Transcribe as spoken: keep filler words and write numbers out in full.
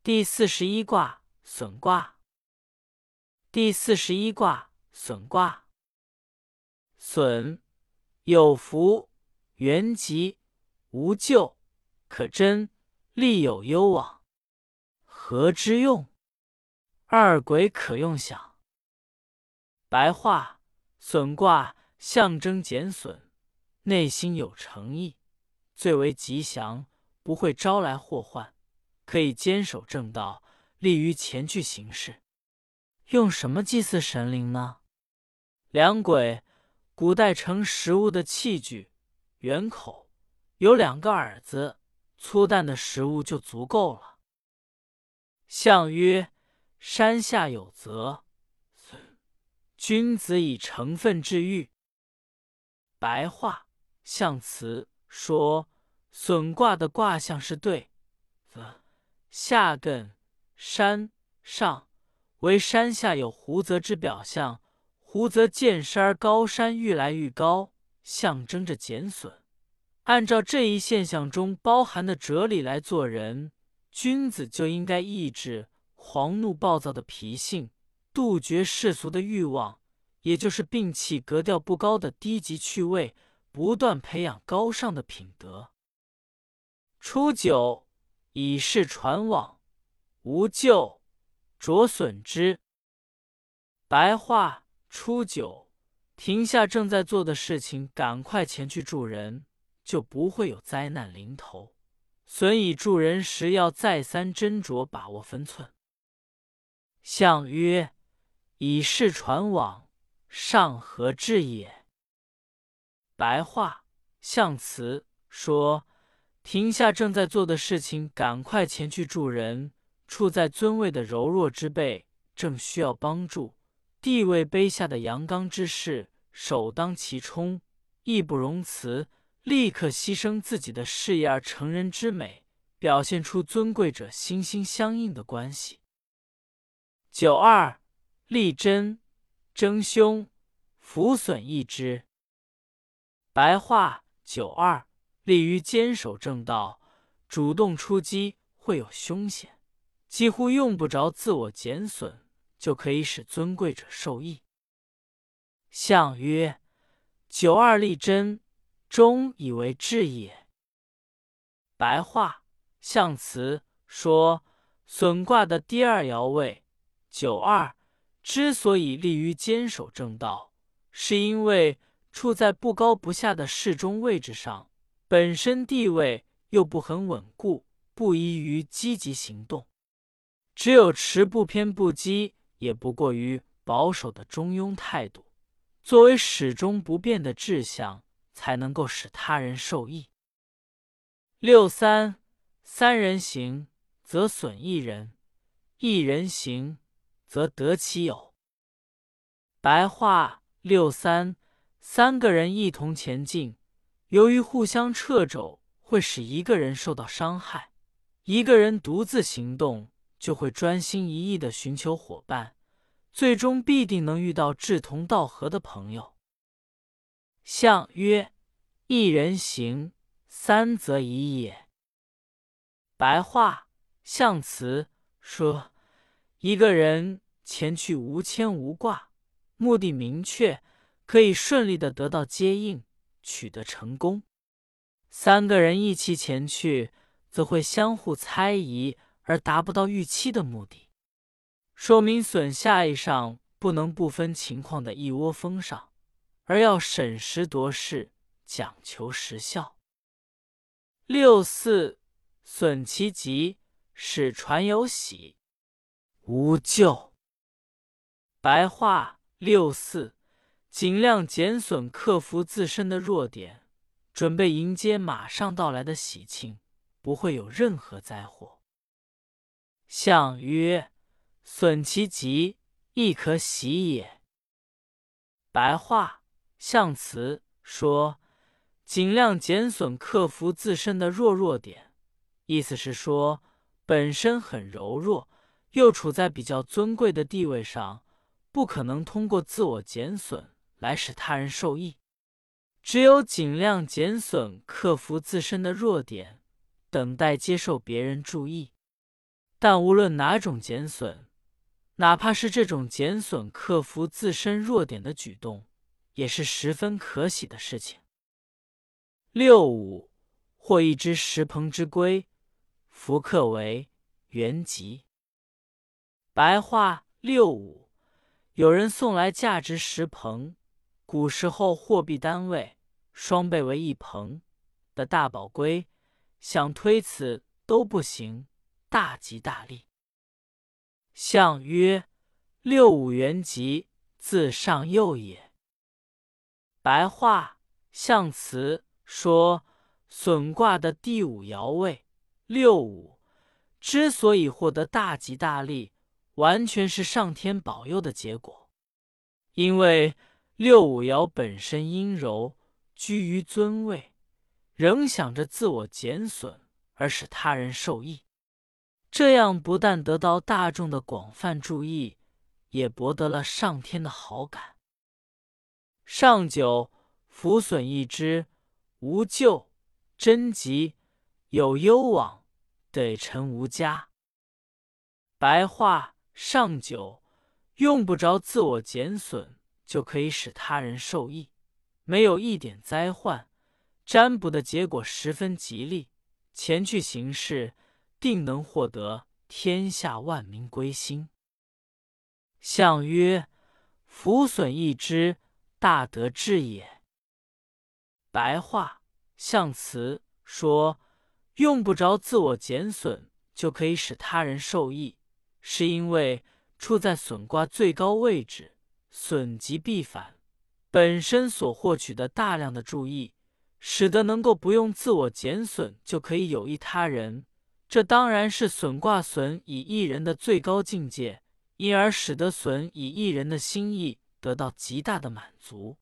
第四十一卦损卦。第四十一卦损卦。损，有福，元吉，无咎，可贞，利有攸往。何之用？二鬼可用享。白话：损卦象征减损，内心有诚意，最为吉祥，不会招来祸患，可以坚守正道，利于前去行事。用什么祭祀神灵呢？两鬼，古代盛食物的器具，圆口，有两个耳子，粗淡的食物就足够了。象曰：山下有泽，君子以诚愤治欲。白话：象辞说损卦的卦象是对的，下艮山上，为山下有湖泽之表象，湖泽见势而高山愈来愈高，象征着减损。按照这一现象中包含的哲理来做人，君子就应该抑制狂怒暴躁的脾性，杜绝世俗的欲望，也就是摒弃格调不高的低级趣味，不断培养高尚的品德。初九，以势传往，无咎，着损之。白话：初九，停下正在做的事情，赶快前去助人，就不会有灾难临头。损以助人时，要再三斟酌，把握分寸。象曰：以势传往，上何至也？白话：象辞说停下正在做的事情，赶快前去助人，处在尊位的柔弱之辈正需要帮助，地位卑下的阳刚之士首当其冲，义不容辞，立刻牺牲自己的事业而成人之美，表现出尊贵者心心相印的关系。九二，利贞，争凶，福损益之。白话：九二，利于坚守正道，主动出击会有凶险，几乎用不着自我减损，就可以使尊贵者受益。象曰：九二利贞，终以为治也。白话：象辞说损卦的第二爻位九二之所以利于坚守正道，是因为处在不高不下的适中位置上，本身地位又不很稳固，不宜于积极行动。只有持不偏不激，也不过于保守的中庸态度，作为始终不变的志向，才能够使他人受益。六三，三人行，则损一人；一人行，则得其友。白话：六三，三个人一同前进，由于互相掣肘，会使一个人受到伤害；一个人独自行动，就会专心一意地寻求伙伴，最终必定能遇到志同道合的朋友。象曰：一人行，三则已也。白话：象辞说一个人前去无牵无挂，目的明确，可以顺利地得到接应，取得成功。三个人一起前去，则会相互猜疑，而达不到预期的目的，说明损下意上不能不分情况的一窝蜂上，而要审时度势，讲求实效。六四，损其吉，使传有喜，无咎。白话：六四，尽量减损克服自身的弱点，准备迎接马上到来的喜庆，不会有任何灾祸。象曰：损其吉，亦可喜也。白话：象辞说尽量减损克服自身的弱弱点，意思是说本身很柔弱，又处在比较尊贵的地位上，不可能通过自我减损来使他人受益。只有尽量减损克服自身的弱点，等待接受别人注意。 但无论哪种减损，哪怕是这种减损克服自身弱点的举动，也是十分可喜的事情。六五，或一只石鹏之龟，弗克为原籍。白话六五，有人送来价值十鹏，古时候货币单位双倍为一鹏的大宝龟，想推辞都不行，大吉大利。象曰：六五原籍，自上右也。白话象辞说，损卦的第五爻位六五之所以获得大吉大利，完全是上天保佑的结果。因为六五爻本身阴柔，居于尊位，仍想着自我减损而使他人受益，这样不但得到大众的广泛注意，也博得了上天的好感。上九，弗损益之，无咎，贞吉，有攸往，得臣无家。白话上九，用不着自我减损就可以使他人受益，没有一点灾患，占卜的结果十分吉利，前去行事定能获得天下万民归心。象曰：弗损益之，大德至也。白话象辞说，用不着自我减损就可以使他人受益，是因为处在损卦最高位置，损极必反，本身所获取的大量的注意，使得能够不用自我减损就可以有益他人，这当然是损卦损以益人的最高境界，因而使得损以益人的心意得到极大的满足。